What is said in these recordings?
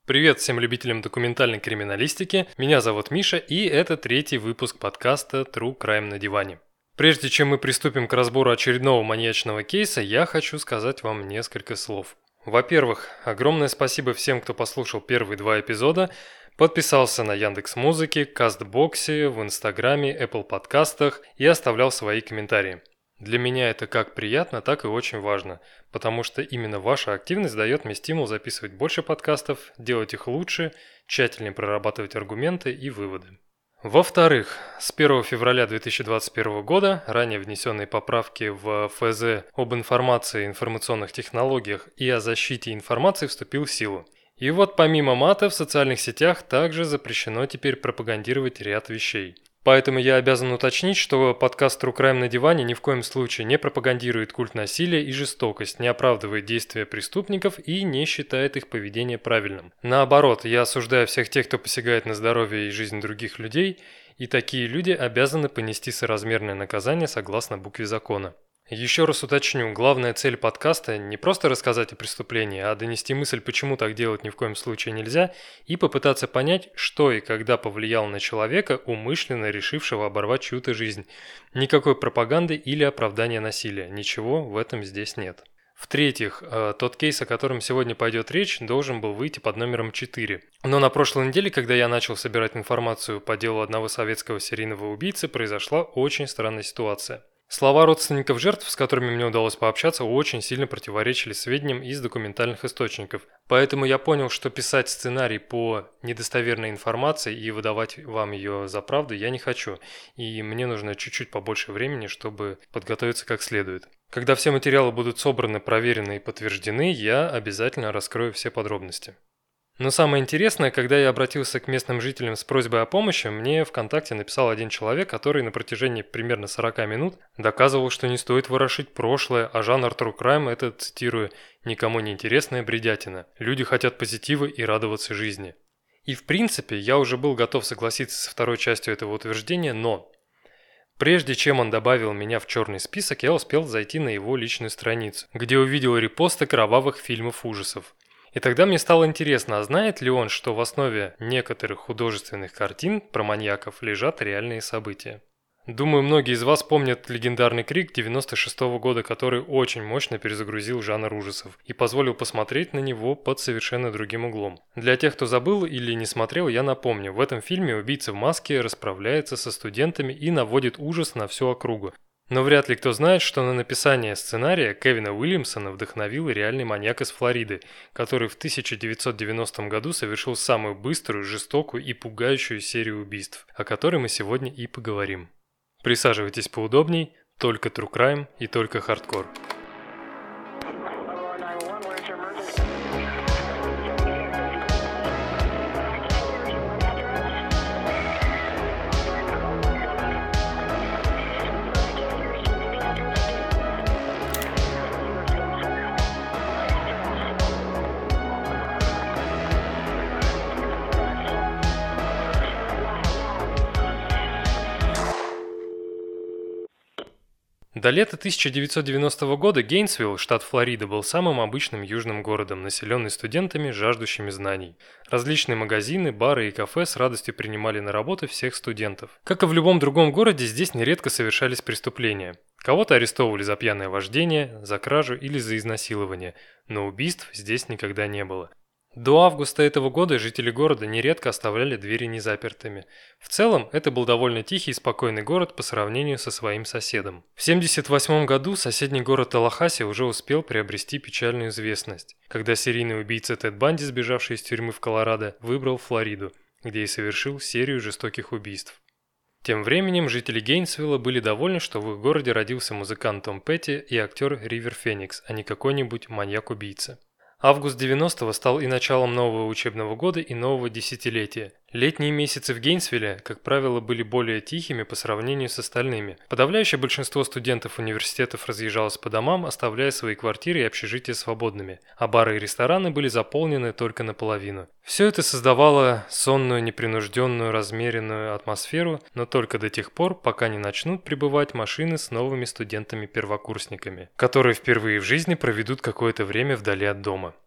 Привет всем любителям документальной криминалистики, меня зовут Миша, и это третий выпуск подкаста True Crime на диване. Прежде чем мы приступим к разбору очередного маньячного кейса, я хочу сказать вам несколько слов. Во-первых, огромное спасибо всем, кто послушал первые два эпизода, подписался на Яндекс.Музыке, Кастбоксе, в Инстаграме, Apple подкастах и оставлял свои комментарии. Для меня это как приятно, так и очень важно, потому что именно ваша активность дает мне стимул записывать больше подкастов, делать их лучше, тщательнее прорабатывать аргументы и выводы. Во-вторых, с 1 февраля 2021 года ранее внесенные поправки в ФЗ об информации и информационных технологиях и о защите информации вступил в силу. И вот помимо мата в социальных сетях также запрещено теперь пропагандировать ряд вещей. Поэтому я обязан уточнить, что подкаст True Crime на диване ни в коем случае не пропагандирует культ насилия и жестокость, не оправдывает действия преступников и не считает их поведение правильным. Наоборот, я осуждаю всех тех, кто посягает на здоровье и жизнь других людей, и такие люди обязаны понести соразмерное наказание согласно букве закона. Еще раз уточню, главная цель подкаста не просто рассказать о преступлении, а донести мысль, почему так делать ни в коем случае нельзя, и попытаться понять, что и когда повлияло на человека, умышленно решившего оборвать чью-то жизнь. Никакой пропаганды или оправдания насилия, ничего в этом здесь нет. В-третьих, тот кейс, о котором сегодня пойдет речь, должен был выйти под номером 4. Но на прошлой неделе, когда я начал собирать информацию по делу одного советского серийного убийцы, произошла очень странная ситуация. Слова родственников жертв, с которыми мне удалось пообщаться, очень сильно противоречили сведениям из документальных источников. Поэтому я понял, что писать сценарий по недостоверной информации и выдавать вам ее за правду я не хочу. И мне нужно чуть-чуть побольше времени, чтобы подготовиться как следует. Когда все материалы будут собраны, проверены и подтверждены, я обязательно раскрою все подробности. Но самое интересное, когда я обратился к местным жителям с просьбой о помощи, мне ВКонтакте написал один человек, который на протяжении примерно 40 минут доказывал, что не стоит ворошить прошлое, а жанр True Crime – это, цитирую, «никому не интересная бредятина. Люди хотят позитива и радоваться жизни». И в принципе, я уже был готов согласиться со второй частью этого утверждения, но прежде чем он добавил меня в черный список, я успел зайти на его личную страницу, где увидел репосты кровавых фильмов ужасов. И тогда мне стало интересно, а знает ли он, что в основе некоторых художественных картин про маньяков лежат реальные события. Думаю, многие из вас помнят легендарный «Крик» 96-го года, который очень мощно перезагрузил жанр ужасов и позволил посмотреть на него под совершенно другим углом. Для тех, кто забыл или не смотрел, я напомню, в этом фильме убийца в маске расправляется со студентами и наводит ужас на всю округу. Но вряд ли кто знает, что на написание сценария Кевина Уильямсона вдохновил реальный маньяк из Флориды, который в 1990 году совершил самую быструю, жестокую и пугающую серию убийств, о которой мы сегодня и поговорим. Присаживайтесь поудобней, только True Crime и только хардкор. До лета 1990 года Гейнсвилл, штат Флорида, был самым обычным южным городом, населенный студентами, жаждущими знаний. Различные магазины, бары и кафе с радостью принимали на работу всех студентов. Как и в любом другом городе, здесь нередко совершались преступления. Кого-то арестовывали за пьяное вождение, за кражу или за изнасилование, но убийств здесь никогда не было. До августа этого года жители города нередко оставляли двери незапертыми. В целом, это был довольно тихий и спокойный город по сравнению со своим соседом. В 1978 году соседний город Таллахасси уже успел приобрести печальную известность, когда серийный убийца Тед Банди, сбежавший из тюрьмы в Колорадо, выбрал Флориду, где и совершил серию жестоких убийств. Тем временем жители Гейнсвилла были довольны, что в их городе родился музыкант Том Петти и актер Ривер Феникс, а не какой-нибудь маньяк-убийца. Август 90-го стал и началом нового учебного года и нового десятилетия. Летние месяцы в Гейнсвилле, как правило, были более тихими по сравнению с остальными. Подавляющее большинство студентов университетов разъезжалось по домам, оставляя свои квартиры и общежития свободными, а бары и рестораны были заполнены только наполовину. Все это создавало сонную, непринужденную, размеренную атмосферу, но только до тех пор, пока не начнут прибывать машины с новыми студентами-первокурсниками, которые впервые в жизни проведут какое-то время вдали от дома.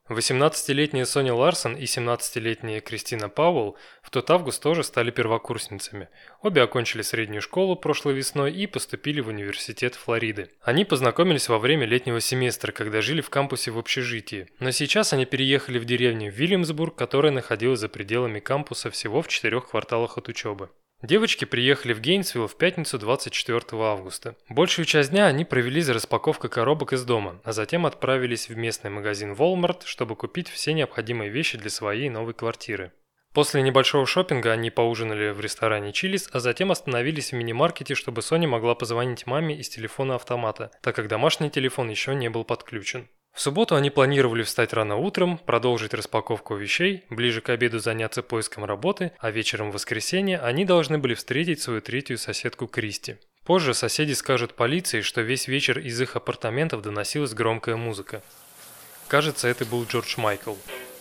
18-летняя Соня Ларсон и 17-летняя Кристина Пауэлл в тот август тоже стали первокурсницами. Обе окончили среднюю школу прошлой весной и поступили в университет Флориды. Они познакомились во время летнего семестра, когда жили в кампусе в общежитии. Но сейчас они переехали в деревню Вильямсбург, которая находилась за пределами кампуса всего в 4 кварталах от учебы. Девочки приехали в Гейнсвилл в пятницу 24 августа. Большую часть дня они провели за распаковкой коробок из дома, а затем отправились в местный магазин Walmart, чтобы купить все необходимые вещи для своей новой квартиры. После небольшого шопинга они поужинали в ресторане Chili's, а затем остановились в мини-маркете, чтобы Соня могла позвонить маме из телефона автомата, так как домашний телефон еще не был подключен. В субботу они планировали встать рано утром, продолжить распаковку вещей, ближе к обеду заняться поиском работы, а вечером в воскресенье они должны были встретить свою третью соседку Кристи. Позже соседи скажут полиции, что весь вечер из их апартаментов доносилась громкая музыка. Кажется, это был Джордж Майкл.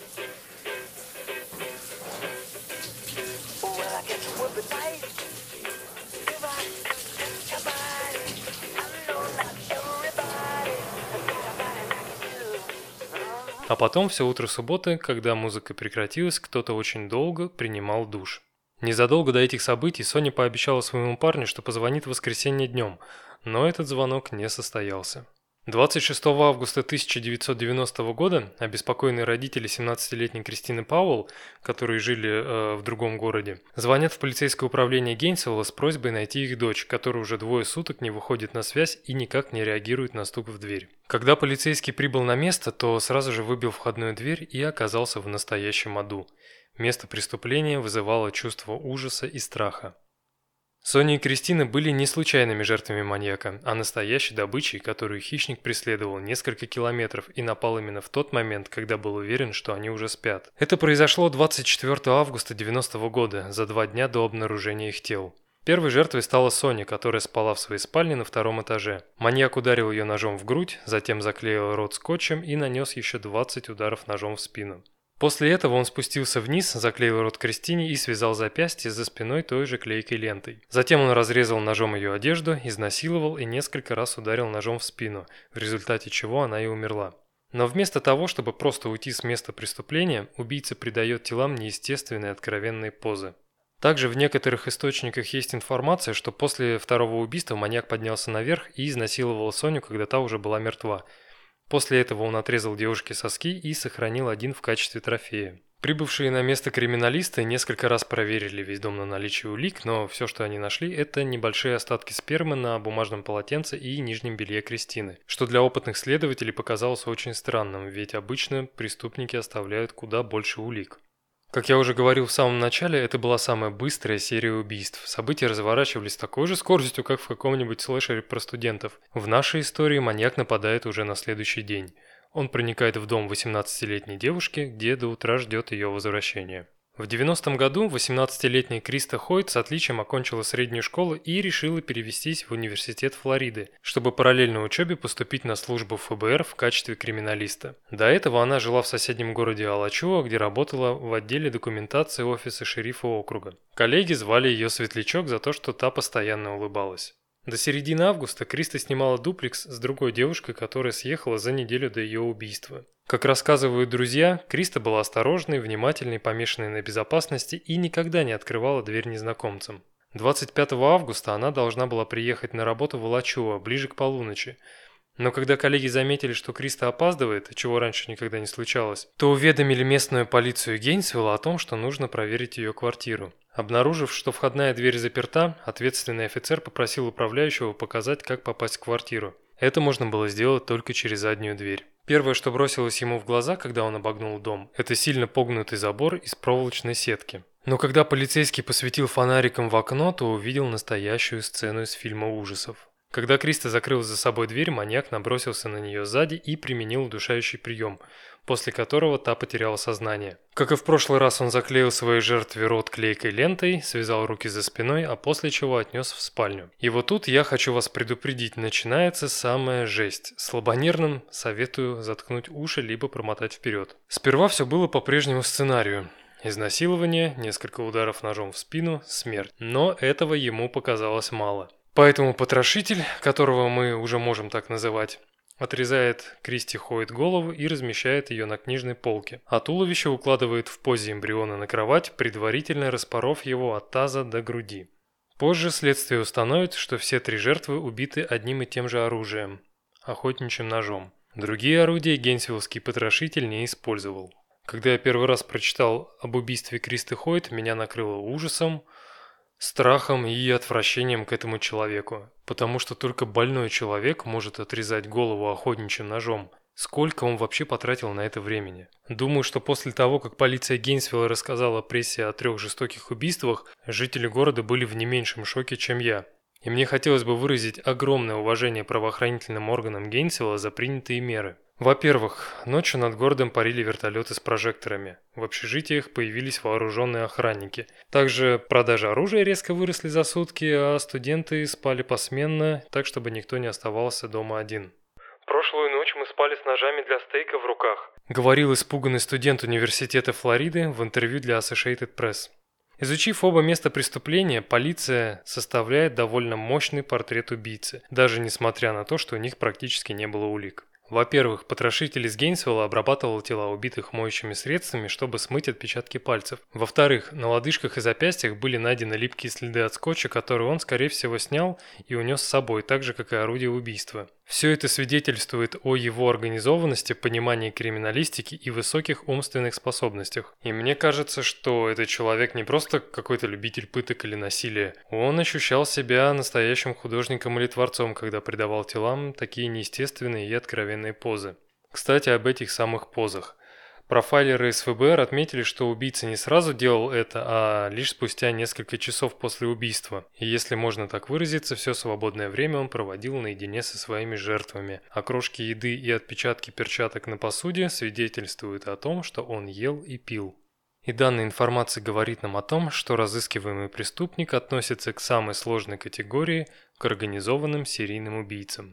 А потом все утро субботы, когда музыка прекратилась, кто-то очень долго принимал душ. Незадолго до этих событий Соня пообещала своему парню, что позвонит в воскресенье днем, но этот звонок не состоялся. 26 августа 1990 года обеспокоенные родители 17-летней Кристины Пауэлл, которые жили в другом городе, звонят в полицейское управление Гейнсвилла с просьбой найти их дочь, которая уже 2 суток не выходит на связь и никак не реагирует на стук в дверь. Когда полицейский прибыл на место, то сразу же выбил входную дверь и оказался в настоящем аду. Место преступления вызывало чувство ужаса и страха. Соня и Кристина были не случайными жертвами маньяка, а настоящей добычей, которую хищник преследовал несколько километров и напал именно в тот момент, когда был уверен, что они уже спят. Это произошло 24 августа 1990 года, за 2 дня до обнаружения их тел. Первой жертвой стала Соня, которая спала в своей спальне на 2-м этаже. Маньяк ударил ее ножом в грудь, затем заклеил рот скотчем и нанес еще 20 ударов ножом в спину. После этого он спустился вниз, заклеил рот Кристине и связал запястье за спиной той же клейкой лентой. Затем он разрезал ножом ее одежду, изнасиловал и несколько раз ударил ножом в спину, в результате чего она и умерла. Но вместо того, чтобы просто уйти с места преступления, убийца придает телам неестественные откровенные позы. Также в некоторых источниках есть информация, что после второго убийства маньяк поднялся наверх и изнасиловал Соню, когда та уже была мертва. После этого он отрезал девушке соски и сохранил один в качестве трофея. Прибывшие на место криминалисты несколько раз проверили весь дом на наличие улик, но все, что они нашли, это небольшие остатки спермы на бумажном полотенце и нижнем белье Кристины, что для опытных следователей показалось очень странным, ведь обычно преступники оставляют куда больше улик. Как я уже говорил в самом начале, это была самая быстрая серия убийств. События разворачивались с такой же скоростью, как в каком-нибудь слэшере про студентов. В нашей истории маньяк нападает уже на следующий день. Он проникает в дом 18-летней девушки, где до утра ждет ее возвращения. В 90-м году 18-летняя Криста Хойт с отличием окончила среднюю школу и решила перевестись в университет Флориды, чтобы параллельно учебе поступить на службу в ФБР в качестве криминалиста. До этого она жила в соседнем городе Алачуа, где работала в отделе документации офиса шерифа округа. Коллеги звали ее Светлячок за то, что та постоянно улыбалась. До середины августа Криста снимала дуплекс с другой девушкой, которая съехала за неделю до ее убийства. Как рассказывают друзья, Криста была осторожной, внимательной, помешанной на безопасности и никогда не открывала дверь незнакомцам. 25 августа она должна была приехать на работу в Алачуа ближе к полуночи. Но когда коллеги заметили, что Криста опаздывает, чего раньше никогда не случалось, то уведомили местную полицию Гейнсвилла о том, что нужно проверить ее квартиру. Обнаружив, что входная дверь заперта, ответственный офицер попросил управляющего показать, как попасть в квартиру. Это можно было сделать только через заднюю дверь. Первое, что бросилось ему в глаза, когда он обогнул дом, это сильно погнутый забор из проволочной сетки. Но когда полицейский посветил фонариком в окно, то увидел настоящую сцену из фильма ужасов. Когда Криста закрыла за собой дверь, маньяк набросился на нее сзади и применил удушающий прием, после которого та потеряла сознание. Как и в прошлый раз, он заклеил своей жертве рот клейкой лентой, связал руки за спиной, а после чего отнес в спальню. И вот тут я хочу вас предупредить, начинается самая жесть. Слабонервным советую заткнуть уши либо промотать вперед. Сперва все было по прежнему сценарию. Изнасилование, несколько ударов ножом в спину, смерть. Но этого ему показалось мало. Поэтому потрошитель, которого мы уже можем так называть, Отрезает Кристи Хойд голову и размещает ее на книжной полке, а туловище укладывает в позе эмбриона на кровать, предварительно распоров его от таза до груди. Позже следствие установит, что все 3 жертвы убиты одним и тем же оружием – охотничьим ножом. Другие орудия гейнсвиллский потрошитель не использовал. Когда я первый раз прочитал об убийстве Кристи Хойд, меня накрыло ужасом, страхом и отвращением к этому человеку, потому что только больной человек может отрезать голову охотничьим ножом. Сколько он вообще потратил на это времени? Думаю, что после того, как полиция Гейнсвилла рассказала прессе о 3 жестоких убийствах, жители города были в не меньшем шоке, чем я. И мне хотелось бы выразить огромное уважение правоохранительным органам Гейнсвилла за принятые меры. Во-первых, ночью над городом парили вертолеты с прожекторами. В общежитиях появились вооруженные охранники. Также продажи оружия резко выросли за сутки, а студенты спали посменно, так чтобы никто не оставался дома один. «Прошлую ночь мы спали с ножами для стейка в руках», говорил испуганный студент университета Флориды в интервью для Associated Press. Изучив оба места преступления, полиция составляет довольно мощный портрет убийцы, даже несмотря на то, что у них практически не было улик. Во-первых, потрошитель из Гейнсвилла обрабатывал тела убитых моющими средствами, чтобы смыть отпечатки пальцев. Во-вторых, на лодыжках и запястьях были найдены липкие следы от скотча, которые он, скорее всего, снял и унес с собой, так же, как и орудие убийства. Все это свидетельствует о его организованности, понимании криминалистики и высоких умственных способностях. И мне кажется, что этот человек не просто какой-то любитель пыток или насилия. Он ощущал себя настоящим художником или творцом, когда придавал телам такие неестественные и откровенные позы. Кстати, об этих самых позах. Профайлеры из ФБР отметили, что убийца не сразу делал это, а лишь спустя несколько часов после убийства. И если можно так выразиться, все свободное время он проводил наедине со своими жертвами. А крошки еды и отпечатки перчаток на посуде свидетельствуют о том, что он ел и пил. И данная информация говорит нам о том, что разыскиваемый преступник относится к самой сложной категории, к организованным серийным убийцам.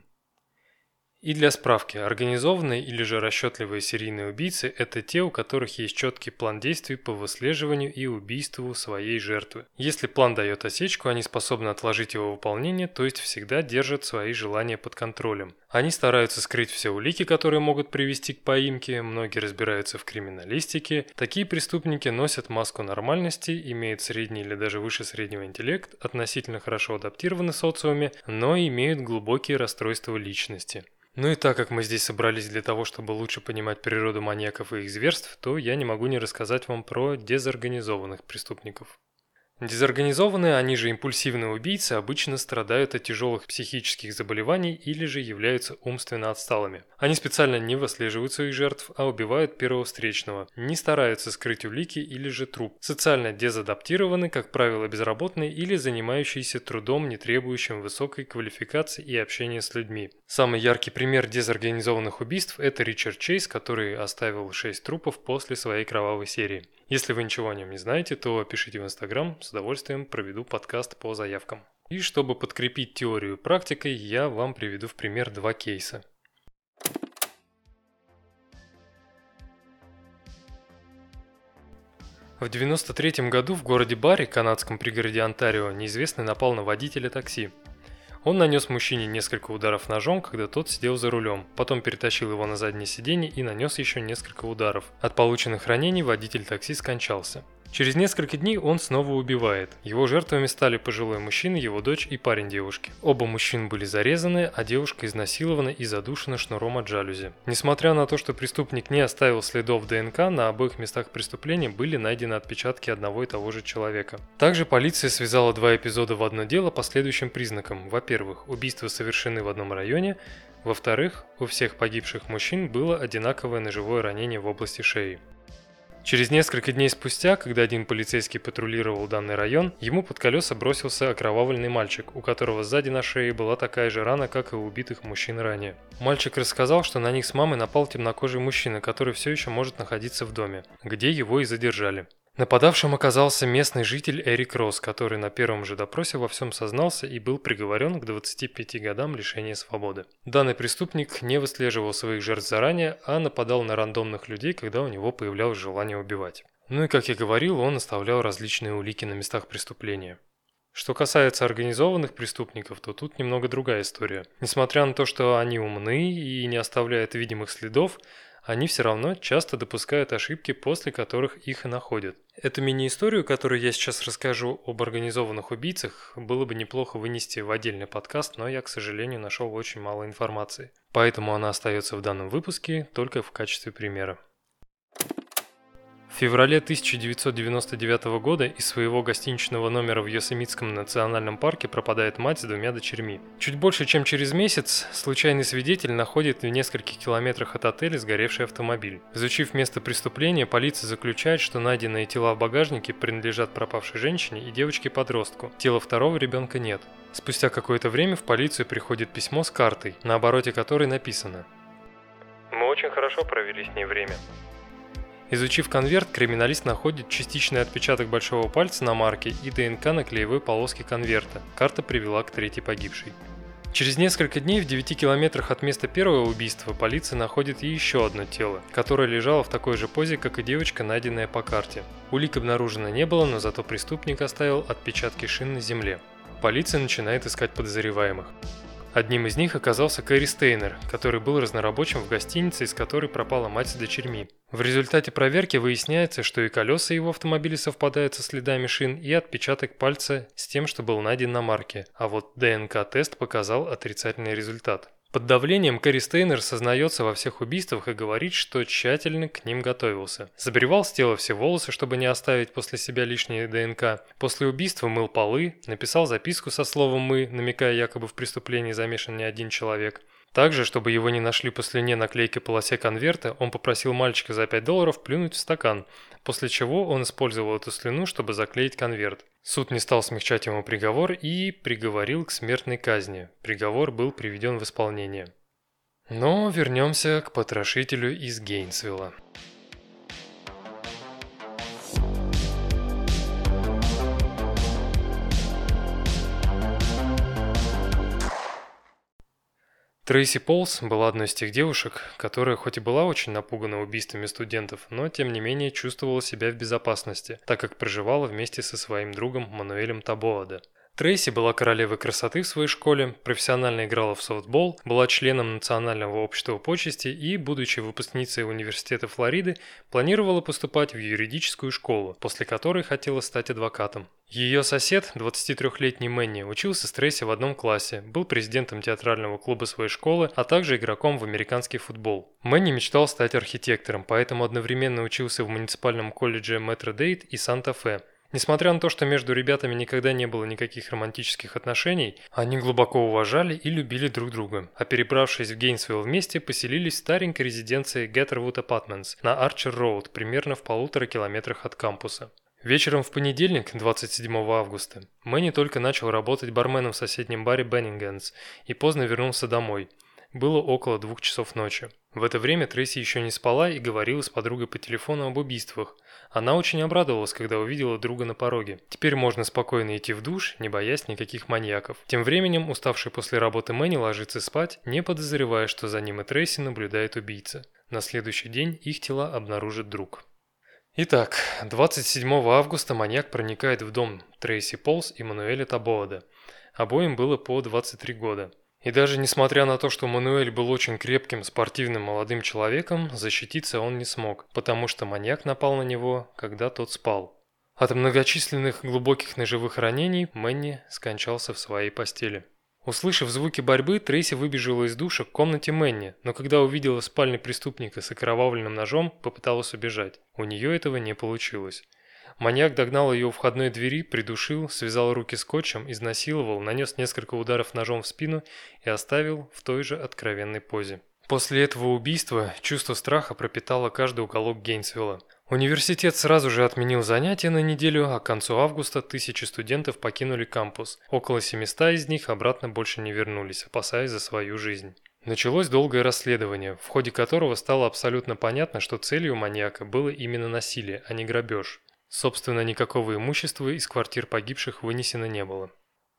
И для справки, организованные или же расчетливые серийные убийцы – это те, у которых есть четкий план действий по выслеживанию и убийству своей жертвы. Если план дает осечку, они способны отложить его выполнение, то есть всегда держат свои желания под контролем. Они стараются скрыть все улики, которые могут привести к поимке, многие разбираются в криминалистике. Такие преступники носят маску нормальности, имеют средний или даже выше среднего интеллект, относительно хорошо адаптированы в социуме, но имеют глубокие расстройства личности. Ну и так как мы здесь собрались для того, чтобы лучше понимать природу маньяков и их зверств, то я не могу не рассказать вам про дезорганизованных преступников. Дезорганизованные, они же импульсивные убийцы, обычно страдают от тяжелых психических заболеваний или же являются умственно отсталыми. Они специально не выслеживают своих жертв, а убивают первого встречного, не стараются скрыть улики или же труп. Социально дезадаптированы, как правило, безработные или занимающиеся трудом, не требующим высокой квалификации и общения с людьми. Самый яркий пример дезорганизованных убийств – это Ричард Чейз, который оставил 6 трупов после своей кровавой серии. Если вы ничего о нем не знаете, то пишите в Инстаграм, с удовольствием проведу подкаст по заявкам. И чтобы подкрепить теорию практикой, я вам приведу в пример 2 кейса. В 1993 году в городе Барри, канадском пригороде Онтарио, неизвестный напал на водителя такси. Он нанес мужчине несколько ударов ножом, когда тот сидел за рулем, потом перетащил его на заднее сиденье и нанес еще несколько ударов. От полученных ранений водитель такси скончался. Через несколько дней он снова убивает. Его жертвами стали пожилой мужчина, его дочь и парень девушки. Оба мужчин были зарезаны, а девушка изнасилована и задушена шнуром от жалюзи. Несмотря на то, что преступник не оставил следов ДНК, на обоих местах преступления были найдены отпечатки одного и того же человека. Также полиция связала 2 эпизода в одно дело по следующим признакам. Во-первых, убийства совершены в одном районе. Во-вторых, у всех погибших мужчин было одинаковое ножевое ранение в области шеи. Через несколько дней спустя, когда один полицейский патрулировал данный район, ему под колеса бросился окровавленный мальчик, у которого сзади на шее была такая же рана, как и у убитых мужчин ранее. Мальчик рассказал, что на них с мамой напал темнокожий мужчина, который все еще может находиться в доме, где его и задержали. Нападавшим оказался местный житель Эрик Росс, который на первом же допросе во всем сознался и был приговорен к 25 годам лишения свободы. Данный преступник не выслеживал своих жертв заранее, а нападал на рандомных людей, когда у него появлялось желание убивать. Ну и как я говорил, он оставлял различные улики на местах преступления. Что касается организованных преступников, то тут немного другая история. Несмотря на то, что они умны и не оставляют видимых следов, они все равно часто допускают ошибки, после которых их и находят. Эту мини-историю, которую я сейчас расскажу об организованных убийцах, было бы неплохо вынести в отдельный подкаст, но я, к сожалению, нашел очень мало информации. Поэтому она остается в данном выпуске только в качестве примера. В феврале 1999 года из своего гостиничного номера в Йосемитском национальном парке пропадает мать с двумя дочерьми. Чуть больше, чем через месяц, случайный свидетель находит в нескольких километрах от отеля сгоревший автомобиль. Изучив место преступления, полиция заключает, что найденные тела в багажнике принадлежат пропавшей женщине и девочке-подростку. Тела второго ребенка нет. Спустя какое-то время в полицию приходит письмо с картой, на обороте которой написано: «Мы очень хорошо провели с ней время». Изучив конверт, криминалист находит частичный отпечаток большого пальца на марке и ДНК на клеевой полоске конверта. Карта привела к третьей погибшей. Через несколько дней в 9 километрах от места первого убийства полиция находит и еще одно тело, которое лежало в такой же позе, как и девочка, найденная по карте. Улик обнаружено не было, но зато преступник оставил отпечатки шин на земле. Полиция начинает искать подозреваемых. Одним из них оказался Кэрри Стейнер, который был разнорабочим в гостинице, из которой пропала мать с дочерьми. В результате проверки выясняется, что и колеса его автомобиля совпадают со следами шин, и отпечаток пальца с тем, что был найден на марке, а вот ДНК-тест показал отрицательный результат. Под давлением Кэрри Стейнер сознается во всех убийствах и говорит, что тщательно к ним готовился. Забривал с тела все волосы, чтобы не оставить после себя лишние ДНК. После убийства мыл полы, написал записку со словом «мы», намекая, якобы в преступлении замешан не один человек. Также, чтобы его не нашли по слюне на клейкой полосе конверта, он попросил мальчика за $5 плюнуть в стакан, после чего он использовал эту слюну, чтобы заклеить конверт. Суд не стал смягчать ему приговор и приговорил к смертной казни. Приговор был приведен в исполнение. Но вернемся к потрошителю из Гейнсвилла. Трейси Полс была одной из тех девушек, которая хоть и была очень напугана убийствами студентов, но тем не менее чувствовала себя в безопасности, так как проживала вместе со своим другом Мануэлем Табоада. Трейси была королевой красоты в своей школе, профессионально играла в софтбол, была членом Национального общества почести и, будучи выпускницей университета Флориды, планировала поступать в юридическую школу, после которой хотела стать адвокатом. Ее сосед, 23-летний Мэнни, учился с Трейси в одном классе, был президентом театрального клуба своей школы, а также игроком в американский футбол. Мэнни мечтал стать архитектором, поэтому одновременно учился в муниципальном колледже Метро-Дейт и Санта-Фе. Несмотря на то, что между ребятами никогда не было никаких романтических отношений, они глубоко уважали и любили друг друга, а перебравшись в Гейнсвилл вместе, поселились в старенькой резиденции Getterwood Apartments на Арчер-Роуд, примерно в 1,5 километрах от кампуса. Вечером в понедельник, 27 августа, Мэнни только начал работать барменом в соседнем баре Беннингенс и поздно вернулся домой. Было около 2 часов ночи. В это время Трейси еще не спала и говорила с подругой по телефону об убийствах. Она очень обрадовалась, когда увидела друга на пороге. Теперь можно спокойно идти в душ, не боясь никаких маньяков. Тем временем, уставший после работы Мэнни ложится спать, не подозревая, что за ним и Трейси наблюдает убийца. На следующий день их тела обнаружит друг. Итак, 27 августа маньяк проникает в дом Трейси Полс и Мануэля Табоада. Обоим было по 23 года. И даже несмотря на то, что Мануэль был очень крепким, спортивным молодым человеком, защититься он не смог, потому что маньяк напал на него, когда тот спал. От многочисленных глубоких ножевых ранений Мэнни скончался в своей постели. Услышав звуки борьбы, Трейси выбежала из душа к комнате Мэнни, но когда увидела в спальне преступника с окровавленным ножом, попыталась убежать. У нее этого не получилось. Маньяк догнал ее у входной двери, придушил, связал руки скотчем, изнасиловал, нанес несколько ударов ножом в спину и оставил в той же откровенной позе. После этого убийства чувство страха пропитало каждый уголок Гейнсвилла. Университет сразу же отменил занятия на неделю, а к концу августа 1000 студентов покинули кампус. Около 700 из них обратно больше не вернулись, опасаясь за свою жизнь. Началось долгое расследование, в ходе которого стало абсолютно понятно, что целью маньяка было именно насилие, а не грабеж. Собственно, никакого имущества из квартир погибших вынесено не было. К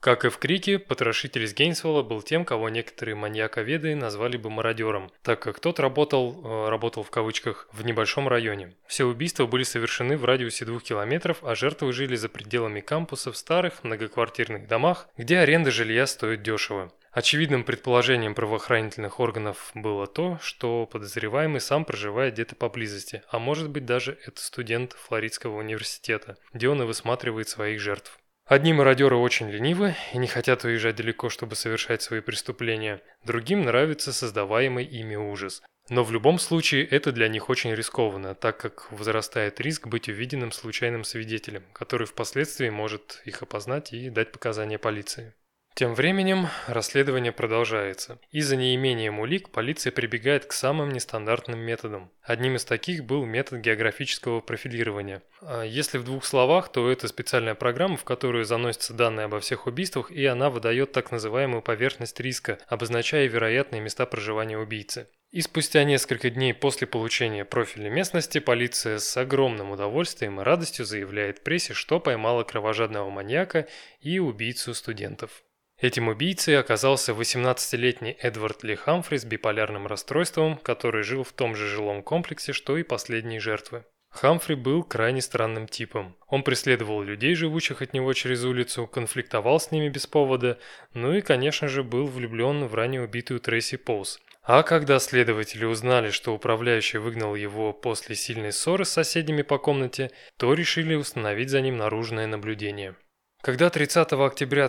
Как и в Крике, потрошитель из Гейнсвилла был тем, кого некоторые маньяковеды назвали бы мародером, так как тот работал в кавычках, в небольшом районе. Все убийства были совершены в радиусе 2 километров, а жертвы жили за пределами кампуса в старых многоквартирных домах, где аренда жилья стоит дешево. Очевидным предположением правоохранительных органов было то, что подозреваемый сам проживает где-то поблизости, а может быть даже это студент Флоридского университета, где он и высматривает своих жертв. Одни мародеры очень ленивы и не хотят уезжать далеко, чтобы совершать свои преступления, другим нравится создаваемый ими ужас. Но в любом случае это для них очень рискованно, так как возрастает риск быть увиденным случайным свидетелем, который впоследствии может их опознать и дать показания полиции. Тем временем расследование продолжается. Из-за неимения улик полиция прибегает к самым нестандартным методам. Одним из таких был метод географического профилирования. Если в 2 словах, то это специальная программа, в которую заносятся данные обо всех убийствах, и она выдает так называемую поверхность риска, обозначая вероятные места проживания убийцы. И спустя несколько дней после получения профиля местности полиция с огромным удовольствием и радостью заявляет прессе, что поймала кровожадного маньяка и убийцу студентов. Этим убийцей оказался 18-летний Эдвард Ли Хамфри с биполярным расстройством, который жил в том же жилом комплексе, что и последние жертвы. Хамфри был крайне странным типом. Он преследовал людей, живущих от него через улицу, конфликтовал с ними без повода, ну и, конечно же, был влюблен в ранее убитую Трейси Поулс. А когда следователи узнали, что управляющий выгнал его после сильной ссоры с соседями по комнате, то решили установить за ним наружное наблюдение. Когда 30 октября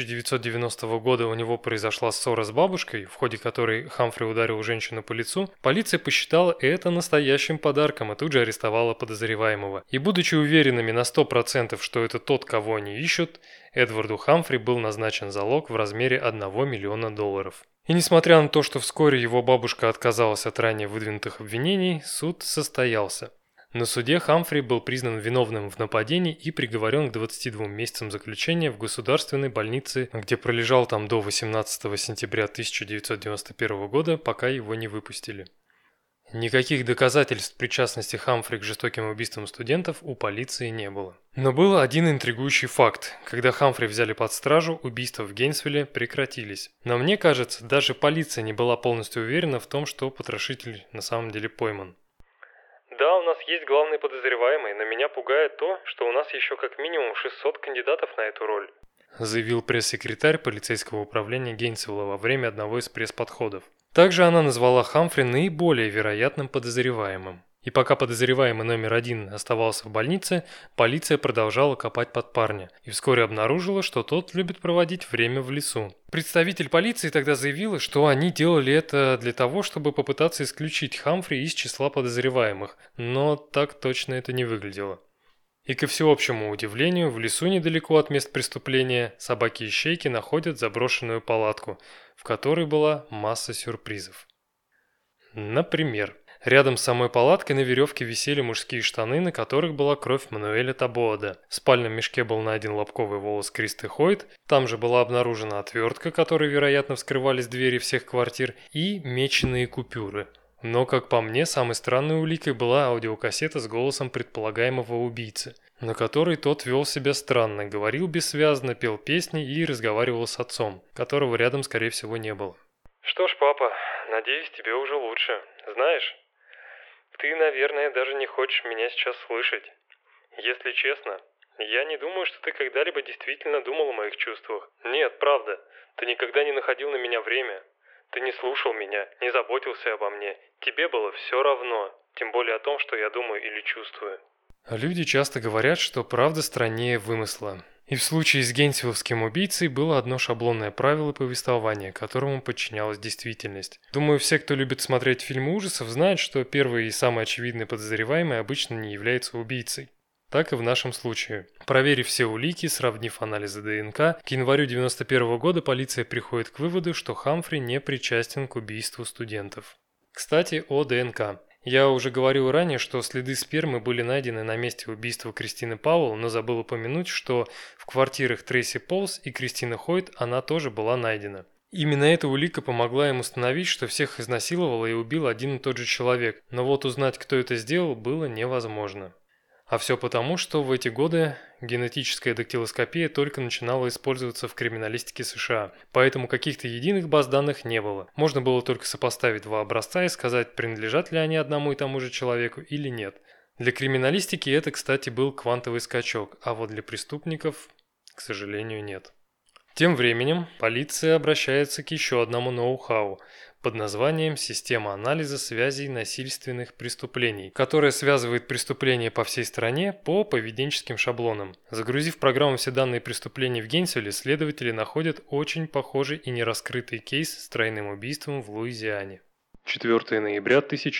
1990 года у него произошла ссора с бабушкой, в ходе которой Хамфри ударил женщину по лицу, полиция посчитала это настоящим подарком и тут же арестовала подозреваемого. И будучи уверенными на 100%, что это тот, кого они ищут, Эдварду Хамфри был назначен залог в размере $1 миллиона. И несмотря на то, что вскоре его бабушка отказалась от ранее выдвинутых обвинений, суд состоялся. На суде Хамфри был признан виновным в нападении и приговорен к 22 месяцам заключения в государственной больнице, где пролежал там до 18 сентября 1991 года, пока его не выпустили. Никаких доказательств причастности Хамфри к жестоким убийствам студентов у полиции не было. Но был один интригующий факт. Когда Хамфри взяли под стражу, убийства в Гейнсвилле прекратились. Но мне кажется, даже полиция не была полностью уверена в том, что потрошитель на самом деле пойман. Да, у нас есть главный подозреваемый, но меня пугает то, что у нас еще как минимум 600 кандидатов на эту роль, заявил пресс-секретарь полицейского управления Гейнсвилла во время одного из пресс-подходов. Также она назвала Хамфри наиболее вероятным подозреваемым. И пока подозреваемый номер 1 оставался в больнице, полиция продолжала копать под парня и вскоре обнаружила, что тот любит проводить время в лесу. Представитель полиции тогда заявила, что они делали это для того, чтобы попытаться исключить Хамфри из числа подозреваемых, но так точно это не выглядело. И ко всеобщему удивлению, в лесу недалеко от мест преступления собаки-ищейки находят заброшенную палатку, в которой была масса сюрпризов. Например, рядом с самой палаткой на веревке висели мужские штаны, на которых была кровь Мануэля Табоада. В спальном мешке был найден лобковый волос Кристи Хойт, там же была обнаружена отвертка, которой, вероятно, вскрывались двери всех квартир, и меченые купюры. Но, как по мне, самой странной уликой была аудиокассета с голосом предполагаемого убийцы, на которой тот вел себя странно, говорил бессвязно, пел песни и разговаривал с отцом, которого рядом, скорее всего, не было. «Что ж, папа, надеюсь, тебе уже лучше. Знаешь, ты, наверное, даже не хочешь меня сейчас слышать. Если честно, я не думаю, что ты когда-либо действительно думал о моих чувствах. Нет, правда, ты никогда не находил на меня время. Ты не слушал меня, не заботился обо мне. Тебе было все равно, тем более о том, что я думаю или чувствую». Люди часто говорят, что правда страннее вымысла. И в случае с гейнсвиллским убийцей было одно шаблонное правило повествования, которому подчинялась действительность. Думаю, все, кто любит смотреть фильмы ужасов, знают, что первый и самый очевидный подозреваемый обычно не является убийцей. Так и в нашем случае. Проверив все улики, сравнив анализы ДНК, к январю 1991 года полиция приходит к выводу, что Хамфри не причастен к убийству студентов. Кстати, о ДНК. Я уже говорил ранее, что следы спермы были найдены на месте убийства Кристины Пауэлл, но забыл упомянуть, что в квартирах Трейси Поулс и Кристины Хойт она тоже была найдена. Именно эта улика помогла им установить, что всех изнасиловал и убил один и тот же человек, но вот узнать, кто это сделал, было невозможно. А все потому, что в эти годы генетическая дактилоскопия только начинала использоваться в криминалистике США, поэтому каких-то единых баз данных не было. Можно было только сопоставить два образца и сказать, принадлежат ли они одному и тому же человеку или нет. Для криминалистики это, кстати, был квантовый скачок, а вот для преступников, к сожалению, нет. Тем временем полиция обращается к еще одному ноу-хау под названием «Система анализа связей насильственных преступлений», которая связывает преступления по всей стране по поведенческим шаблонам. Загрузив в программу все данные преступлений в Гейнсвилле, следователи находят очень похожий и нераскрытый кейс с тройным убийством в Луизиане. 4 ноября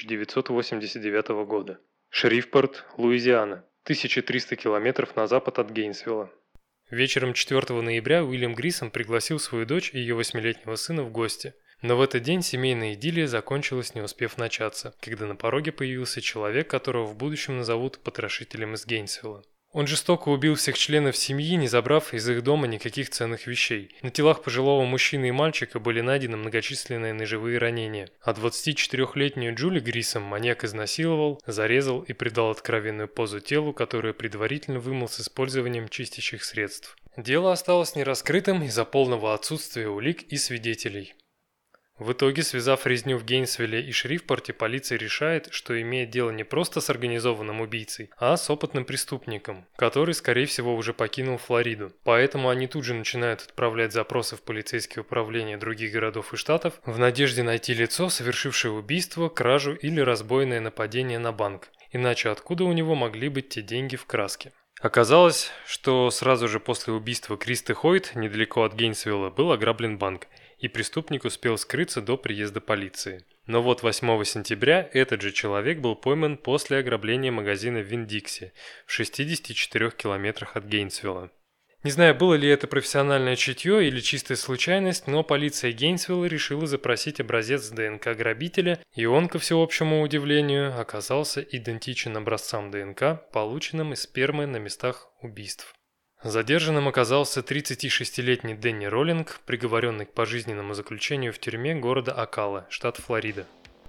1989 года. Шрифпорт, Луизиана, 1300 километров на запад от Гейнсвилла. Вечером 4 ноября Уильям Грисом пригласил свою дочь и ее 8-летнего сына в гости. Но в этот день семейная идиллия закончилась, не успев начаться, когда на пороге появился человек, которого в будущем назовут потрошителем из Гейнсвилла. Он жестоко убил всех членов семьи, не забрав из их дома никаких ценных вещей. На телах пожилого мужчины и мальчика были найдены многочисленные ножевые ранения. А 24-летнюю Джули Грисом маньяк изнасиловал, зарезал и придал откровенную позу телу, которое предварительно вымыл с использованием чистящих средств. Дело осталось нераскрытым из-за полного отсутствия улик и свидетелей. В итоге, связав резню в Гейнсвилле и Шрифпорте, полиция решает, что имеет дело не просто с организованным убийцей, а с опытным преступником, который, скорее всего, уже покинул Флориду. Поэтому они тут же начинают отправлять запросы в полицейские управления других городов и штатов в надежде найти лицо, совершившее убийство, кражу или разбойное нападение на банк. Иначе откуда у него могли быть те деньги в краске? Оказалось, что сразу же после убийства Кристи Хойт недалеко от Гейнсвилла был ограблен банк, и преступник успел скрыться до приезда полиции. Но вот 8 сентября этот же человек был пойман после ограбления магазина в Вин-Дикси в 64 километрах от Гейнсвилла. Не знаю, было ли это профессиональное чутье или чистая случайность, но полиция Гейнсвилла решила запросить образец ДНК грабителя, и он, ко всеобщему удивлению, оказался идентичен образцам ДНК, полученным из спермы на местах убийств. Задержанным оказался 36-летний Дэнни Роллинг, приговоренный к пожизненному заключению в тюрьме города Окала, штат Флорида.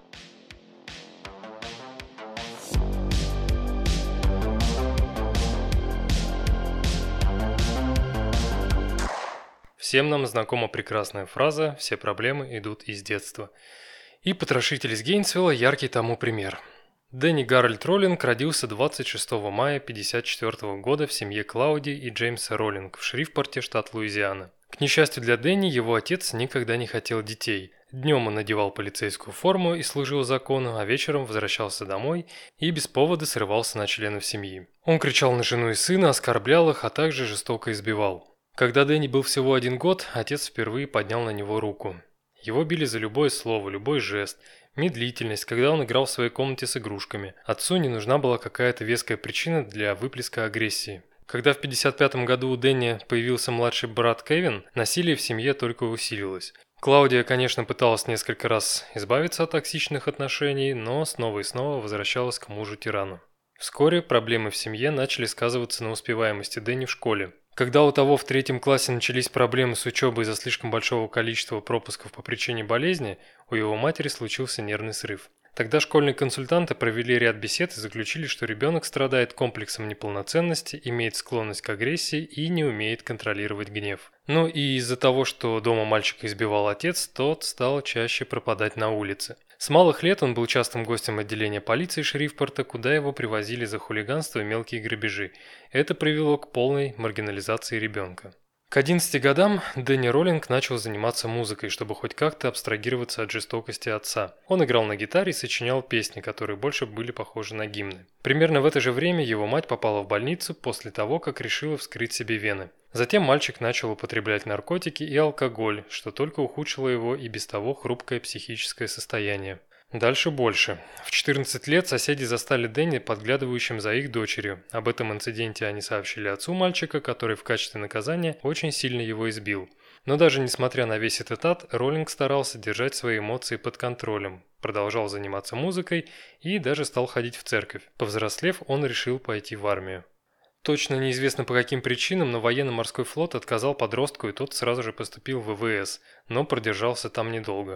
Всем нам знакома прекрасная фраза «все проблемы идут из детства». И потрошитель из Гейнсвилла – яркий тому пример. Дэнни Гарольд Роллинг родился 26 мая 1954 года в семье Клауди и Джеймса Роллинг в Шрифпорте, штат Луизиана. К несчастью для Дэнни, его отец никогда не хотел детей. Днем он надевал полицейскую форму и служил закону, а вечером возвращался домой и без повода срывался на членов семьи. Он кричал на жену и сына, оскорблял их, а также жестоко избивал. Когда Дэнни был всего 1 год, отец впервые поднял на него руку. Его били за любое слово, любой жест, медлительность, когда он играл в своей комнате с игрушками. Отцу не нужна была какая-то веская причина для выплеска агрессии. Когда в 1955 году у Дэнни появился младший брат Кевин, насилие в семье только усилилось. Клаудия, конечно, пыталась несколько раз избавиться от токсичных отношений, но снова и снова возвращалась к мужу-тирану. Вскоре проблемы в семье начали сказываться на успеваемости Дэнни в школе. Когда у того в 3 классе начались проблемы с учебой из-за слишком большого количества пропусков по причине болезни, у его матери случился нервный срыв. Тогда школьные консультанты провели ряд бесед и заключили, что ребенок страдает комплексом неполноценности, имеет склонность к агрессии и не умеет контролировать гнев. Ну и из-за того, что дома мальчика избивал отец, тот стал чаще пропадать на улице. С малых лет он был частым гостем отделения полиции Шрифпорта, куда его привозили за хулиганство и мелкие грабежи. Это привело к полной маргинализации ребенка. К 11 годам Дэнни Роллинг начал заниматься музыкой, чтобы хоть как-то абстрагироваться от жестокости отца. Он играл на гитаре и сочинял песни, которые больше были похожи на гимны. Примерно в это же время его мать попала в больницу после того, как решила вскрыть себе вены. Затем мальчик начал употреблять наркотики и алкоголь, что только ухудшило его и без того хрупкое психическое состояние. Дальше больше. В 14 лет соседи застали Дэнни подглядывающим за их дочерью. Об этом инциденте они сообщили отцу мальчика, который в качестве наказания очень сильно его избил. Но даже несмотря на весь этот ад, Роллинг старался держать свои эмоции под контролем, продолжал заниматься музыкой и даже стал ходить в церковь. Повзрослев, он решил пойти в армию. Точно неизвестно по каким причинам, но военно-морской флот отказал подростку, и тот сразу же поступил в ВВС, но продержался там недолго. В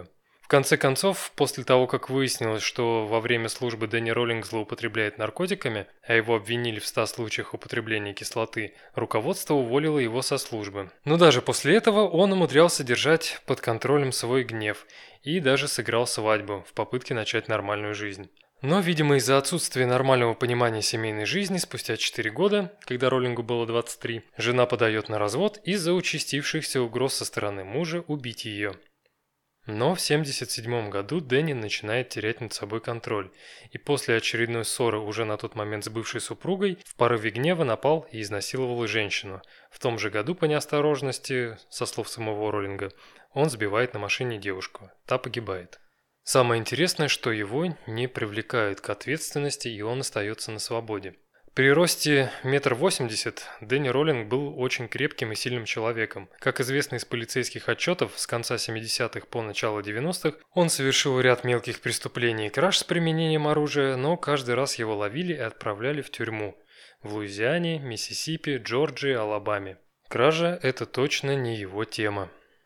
конце концов, после того, как выяснилось, что во время службы Дэнни Роллинг злоупотребляет наркотиками, а его обвинили в 100 случаях употребления кислоты, руководство уволило его со службы. Но даже после этого он умудрялся держать под контролем свой гнев и даже сыграл свадьбу в попытке начать нормальную жизнь. Но, видимо, из-за отсутствия нормального понимания семейной жизни, спустя 4 года, когда Роллингу было 23, жена подает на развод из-за участившихся угроз со стороны мужа убить ее. Но в 1977 году Дэнни начинает терять над собой контроль, и после очередной ссоры уже на тот момент с бывшей супругой в порыве гнева напал и изнасиловал женщину. В том же году по неосторожности, со слов самого Роллинга, он сбивает на машине девушку. Та погибает. Самое интересное, что его не привлекают к ответственности, и он остается на свободе. При росте 1,80 м Дэнни Роллинг был очень крепким и сильным человеком. Как известно из полицейских отчетов, с конца 70-х по начало 90-х он совершил ряд мелких преступлений и краж с применением оружия, но каждый раз его ловили и отправляли в тюрьму. В Луизиане, Миссисипи, Джорджии, Алабаме. Кража – это точно не его тема.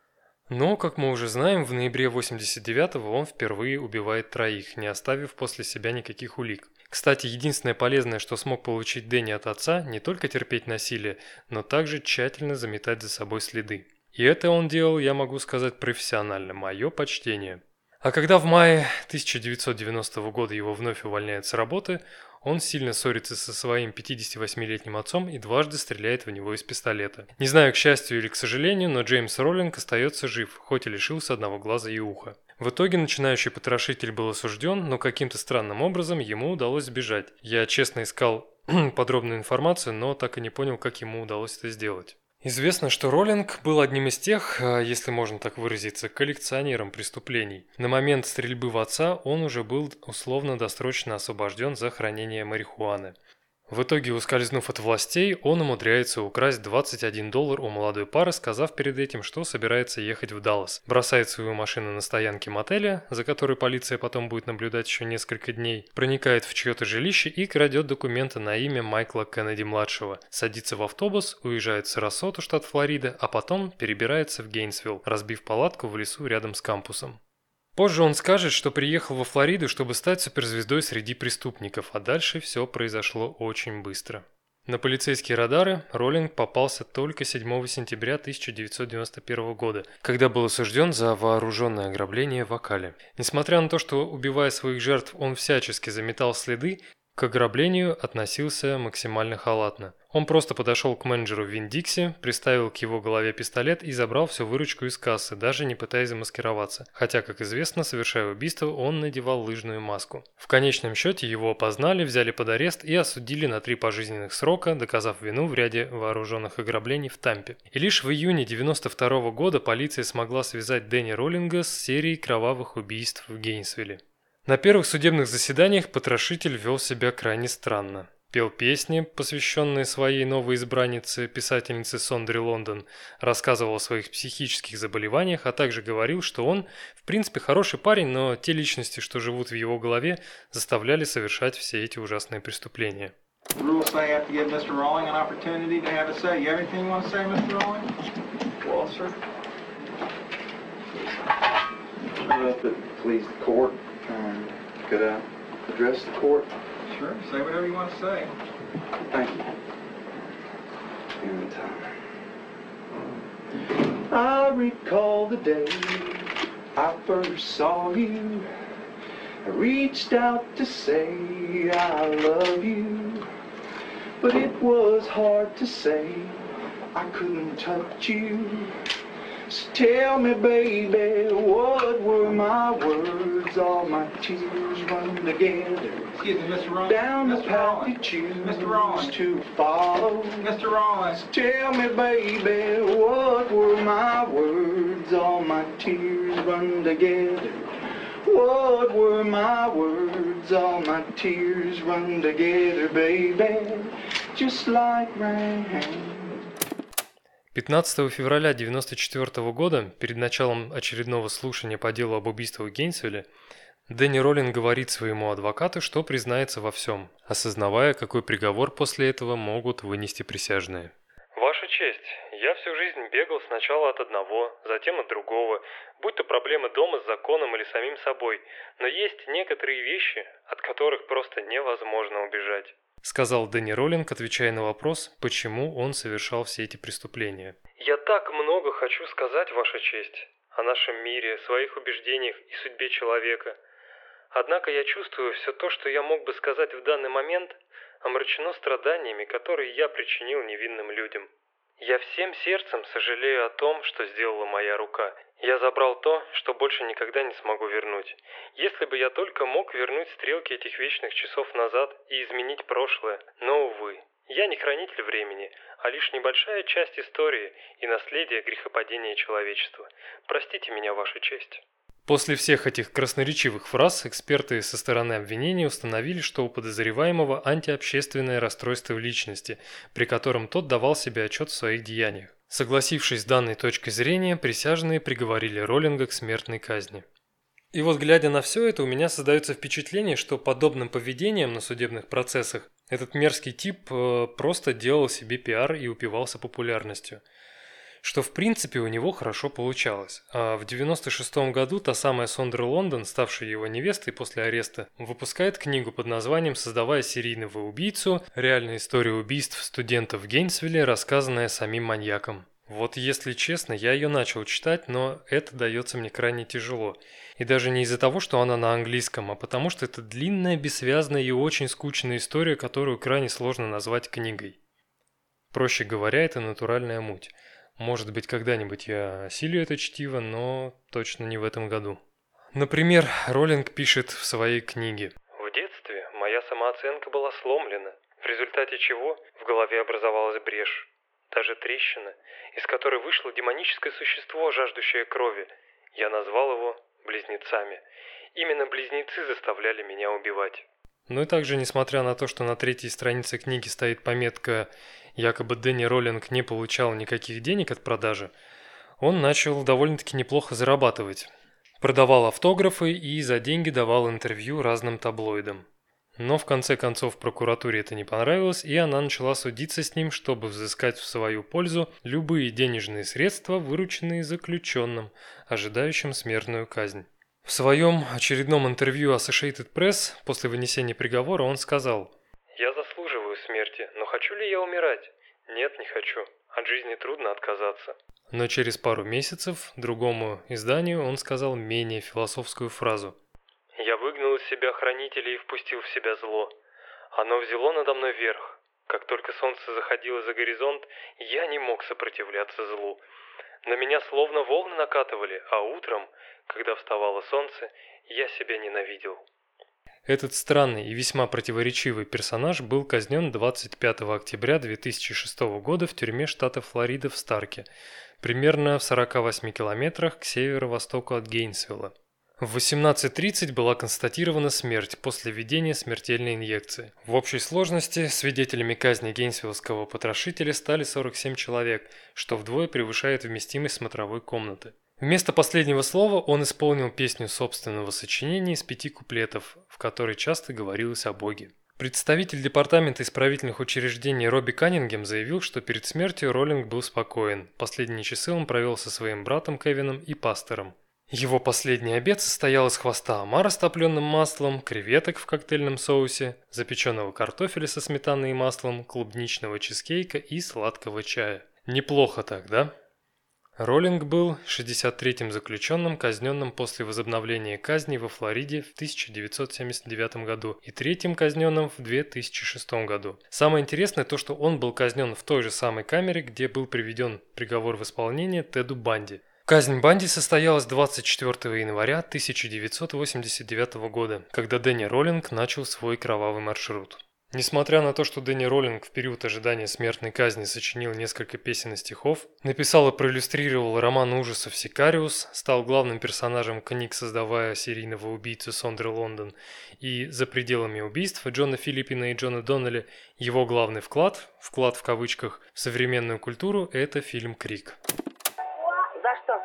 Но, как мы уже знаем, в ноябре 89-го он впервые убивает 3, не оставив после себя никаких улик. Кстати, единственное полезное, что смог получить Дэнни от отца, не только терпеть насилие, но также тщательно заметать за собой следы. И это он делал, я могу сказать, профессионально, мое почтение. А когда в мае 1990 года его вновь увольняют с работы, он сильно ссорится со своим 58-летним отцом и дважды стреляет в него из пистолета. Не знаю, к счастью или к сожалению, но Джеймс Роллинг остается жив, хоть и лишился одного глаза и уха. В итоге начинающий потрошитель был осужден, но каким-то странным образом ему удалось сбежать. Я честно искал подробную информацию, но так и не понял, как ему удалось это сделать. Известно, что Роллинг был одним из тех, если можно так выразиться, коллекционером преступлений. На момент стрельбы в отца он уже был условно-досрочно освобожден за хранение марихуаны. В итоге, ускользнув от властей, он умудряется украсть $21 у молодой пары, сказав перед этим, что собирается ехать в Даллас. Бросает свою машину на стоянке мотеля, за которой полиция потом будет наблюдать еще несколько дней, проникает в чье-то жилище и крадет документы на имя Майкла Кеннеди-младшего. Садится в автобус, уезжает в Сарасоту, штат Флорида, а потом перебирается в Гейнсвилл, разбив палатку в лесу рядом с кампусом. Позже он скажет, что приехал во Флориду, чтобы стать суперзвездой среди преступников, а дальше все произошло очень быстро. На полицейские радары Роллинг попался только 7 сентября 1991 года, когда был осужден за вооруженное ограбление в Окале. Несмотря на то, что, убивая своих жертв, он всячески заметал следы, к ограблению относился максимально халатно. Он просто подошел к менеджеру Вин-Дикси, приставил к его голове пистолет и забрал всю выручку из кассы, даже не пытаясь замаскироваться. Хотя, как известно, совершая убийство, он надевал лыжную маску. В конечном счете его опознали, взяли под арест и осудили на 3 пожизненных срока, доказав вину в ряде вооруженных ограблений в Тампе. И лишь в июне 1992 года полиция смогла связать Дэнни Роллинга с серией кровавых убийств в Гейнсвилле. На первых судебных заседаниях потрошитель вел себя крайне странно. Пел песни, посвященные своей новой избраннице, писательнице Сондре Лондон, рассказывал о своих психических заболеваниях, а также говорил, что он, в принципе, хороший парень, но те личности, что живут в его голове, заставляли совершать все эти ужасные преступления. Could I address the court? Sure, say whatever you want to say. Thank you. I recall the day I first saw you. I reached out to say I love you, but it was hard to say. I couldn't touch you. So tell me, baby, what were my words? All my tears run together. Excuse me, Mr. Rollins. Down the Mr. path Rollins. you choose Mr. Rollins. to follow. Mr. Rollins. So tell me, baby, what were my words? All my tears run together. What were my words? All my tears run together, baby, just like rain. 15 февраля 1994 года, перед началом очередного слушания по делу об убийстве в Гейнсвилле, Дэнни Роллинг говорит своему адвокату, что признается во всем, осознавая, какой приговор после этого могут вынести присяжные. «Ваше Ваша честь, я всю жизнь бегал сначала от одного, затем от другого, будь то проблемы дома с законом или самим собой, но есть некоторые вещи, от которых просто невозможно убежать», сказал Дэнни Роллинг, отвечая на вопрос, почему он совершал все эти преступления. «Я так много хочу сказать, Ваша честь, о нашем мире, своих убеждениях и судьбе человека. Однако я чувствую, все то, что я мог бы сказать в данный момент, омрачено страданиями, которые я причинил невинным людям. Я всем сердцем сожалею о том, что сделала моя рука. Я забрал то, что больше никогда не смогу вернуть. Если бы я только мог вернуть стрелки этих вечных часов назад и изменить прошлое, но, увы, я не хранитель времени, а лишь небольшая часть истории и наследия грехопадения человечества. Простите меня, Ваша честь». После всех этих красноречивых фраз эксперты со стороны обвинения установили, что у подозреваемого антиобщественное расстройство личности, при котором тот давал себе отчет в своих деяниях. Согласившись с данной точкой зрения, присяжные приговорили Роллинга к смертной казни. И вот, глядя на все это, у меня создается впечатление, что подобным поведением на судебных процессах этот мерзкий тип просто делал себе пиар и упивался популярностью. Что в принципе у него хорошо получалось. А в 1996 году та самая Сондра Лондон, ставшая его невестой после ареста, выпускает книгу под названием «Создавая серийного убийцу. Реальная история убийств студентов в Гейнсвилле, рассказанная самим маньяком». Вот если честно, я ее начал читать, но это дается мне крайне тяжело. И даже не из-за того, что она на английском, а потому что это длинная, бессвязная и очень скучная история, которую крайне сложно назвать книгой. Проще говоря, это натуральная муть. Может быть, когда-нибудь я осилю это чтиво, но точно не в этом году. Например, Роллинг пишет в своей книге: «В детстве моя самооценка была сломлена, в результате чего в голове образовалась брешь, даже трещина, из которой вышло демоническое существо, жаждущее крови. Я назвал его близнецами. Именно близнецы заставляли меня убивать». Ну и также, несмотря на то, что на третьей странице книги стоит пометка «Якобы Дэнни Роллинг не получал никаких денег от продажи», он начал довольно-таки неплохо зарабатывать. Продавал автографы и за деньги давал интервью разным таблоидам. Но в конце концов прокуратуре это не понравилось, и она начала судиться с ним, чтобы взыскать в свою пользу любые денежные средства, вырученные заключенным, ожидающим смертную казнь. В своем очередном интервью Associated Press после вынесения приговора он сказал: «Я заслуживаю смерти, но хочу ли я умирать? Нет, не хочу. От жизни трудно отказаться». Но через пару месяцев другому изданию он сказал менее философскую фразу: «Я выгнал из себя хранителей и впустил в себя зло. Оно взяло надо мной верх. Как только солнце заходило за горизонт, я не мог сопротивляться злу. На меня словно волны накатывали, а утром, когда вставало солнце, я себя ненавидел». Этот странный и весьма противоречивый персонаж был казнен 25 октября 2006 года в тюрьме штата Флорида в Старке, примерно в 48 километрах к северо-востоку от Гейнсвилла. В 18:30 была констатирована смерть после введения смертельной инъекции. В общей сложности свидетелями казни гейнсвиллского потрошителя стали 47 человек, что вдвое превышает вместимость смотровой комнаты. Вместо последнего слова он исполнил песню собственного сочинения из 5 куплетов, в которой часто говорилось о Боге. Представитель департамента исправительных учреждений Робби Каннингем заявил, что перед смертью Роллинг был спокоен. Последние часы он провел со своим братом Кевином и пастором. Его последний обед состоял из хвоста омара с топленым маслом, креветок в коктейльном соусе, запеченного картофеля со сметаной и маслом, клубничного чизкейка и сладкого чая. Неплохо так, да? Роллинг был 63-м заключенным, казненным после возобновления казни во Флориде в 1979 году и 3-м казненным в 2006 году. Самое интересное то, что он был казнен в той же самой камере, где был приведен приговор в исполнение Теду Банди. Казнь Банди состоялась 24 января 1989 года, когда Дэнни Роллинг начал свой кровавый маршрут. Несмотря на то, что Дэнни Роллинг в период ожидания смертной казни сочинил несколько песен и стихов, написал и проиллюстрировал роман ужасов «Сикариус», стал главным персонажем книг, создавая серийного убийцу Сондры Лондон, и «За пределами убийств» Джона Филлипина и Джона Доннелли, его главный вклад в кавычках, в современную культуру – это фильм «Крик». За что?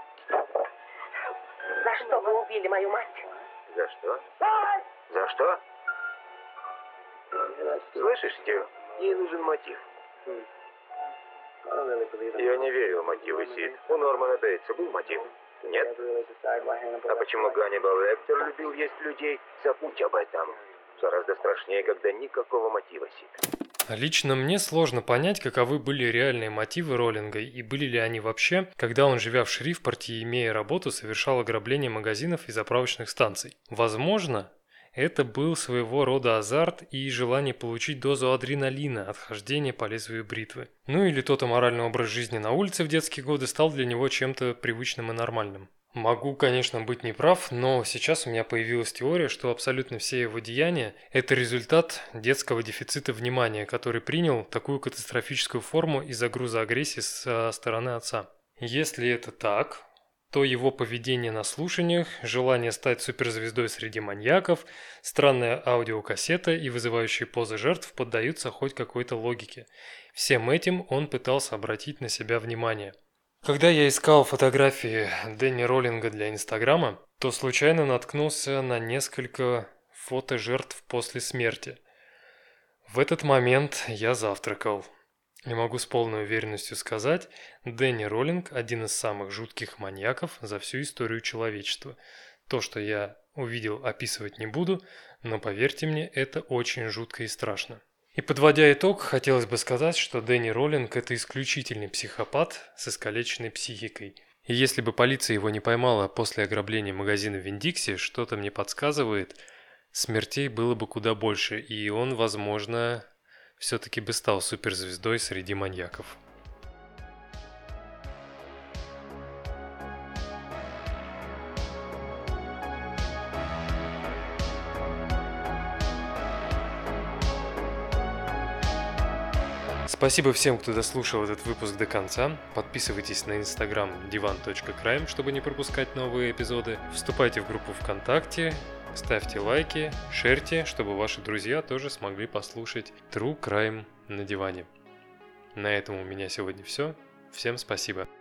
За что вы убили мою мать? За что? За что? Слышишь, Стив? Ей нужен мотив. Я не верю в мотивы Сид. У Нормана Бейтса был мотив? Нет? А почему Ганнибал Лектор любил есть людей? Забудь об этом. Гораздо страшнее, когда никакого мотива Сид. Лично мне сложно понять, каковы были реальные мотивы Роллинга и были ли они вообще, когда он, живя в Шрифпорте и имея работу, совершал ограбление магазинов и заправочных станций. Возможно, это был своего рода азарт и желание получить дозу адреналина от хождения по лезвию бритвы. Ну или тот аморальный образ жизни на улице в детские годы стал для него чем-то привычным и нормальным. Могу, конечно, быть неправ, но сейчас у меня появилась теория, что абсолютно все его деяния – это результат детского дефицита внимания, который принял такую катастрофическую форму из-за груза агрессии со стороны отца. Если это так, то его поведение на слушаниях, желание стать суперзвездой среди маньяков, странная аудиокассета и вызывающие позы жертв поддаются хоть какой-то логике. Всем этим он пытался обратить на себя внимание. Когда я искал фотографии Дэнни Роллинга для Инстаграма, то случайно наткнулся на несколько фото жертв после смерти. В этот момент я завтракал. И могу с полной уверенностью сказать, Дэнни Роллинг – один из самых жутких маньяков за всю историю человечества. То, что я увидел, описывать не буду, но поверьте мне, это очень жутко и страшно. И подводя итог, хотелось бы сказать, что Дэнни Роллинг – это исключительный психопат с искалеченной психикой. И если бы полиция его не поймала после ограбления магазина в Винн-Дикси, что-то мне подсказывает, смертей было бы куда больше, и он, возможно, все-таки бы стал суперзвездой среди маньяков. Спасибо всем, кто дослушал этот выпуск до конца. Подписывайтесь на инстаграм divan.crime, чтобы не пропускать новые эпизоды. Вступайте в группу ВКонтакте, ставьте лайки, шерьте, чтобы ваши друзья тоже смогли послушать True Crime на диване. На этом у меня сегодня все. Всем спасибо.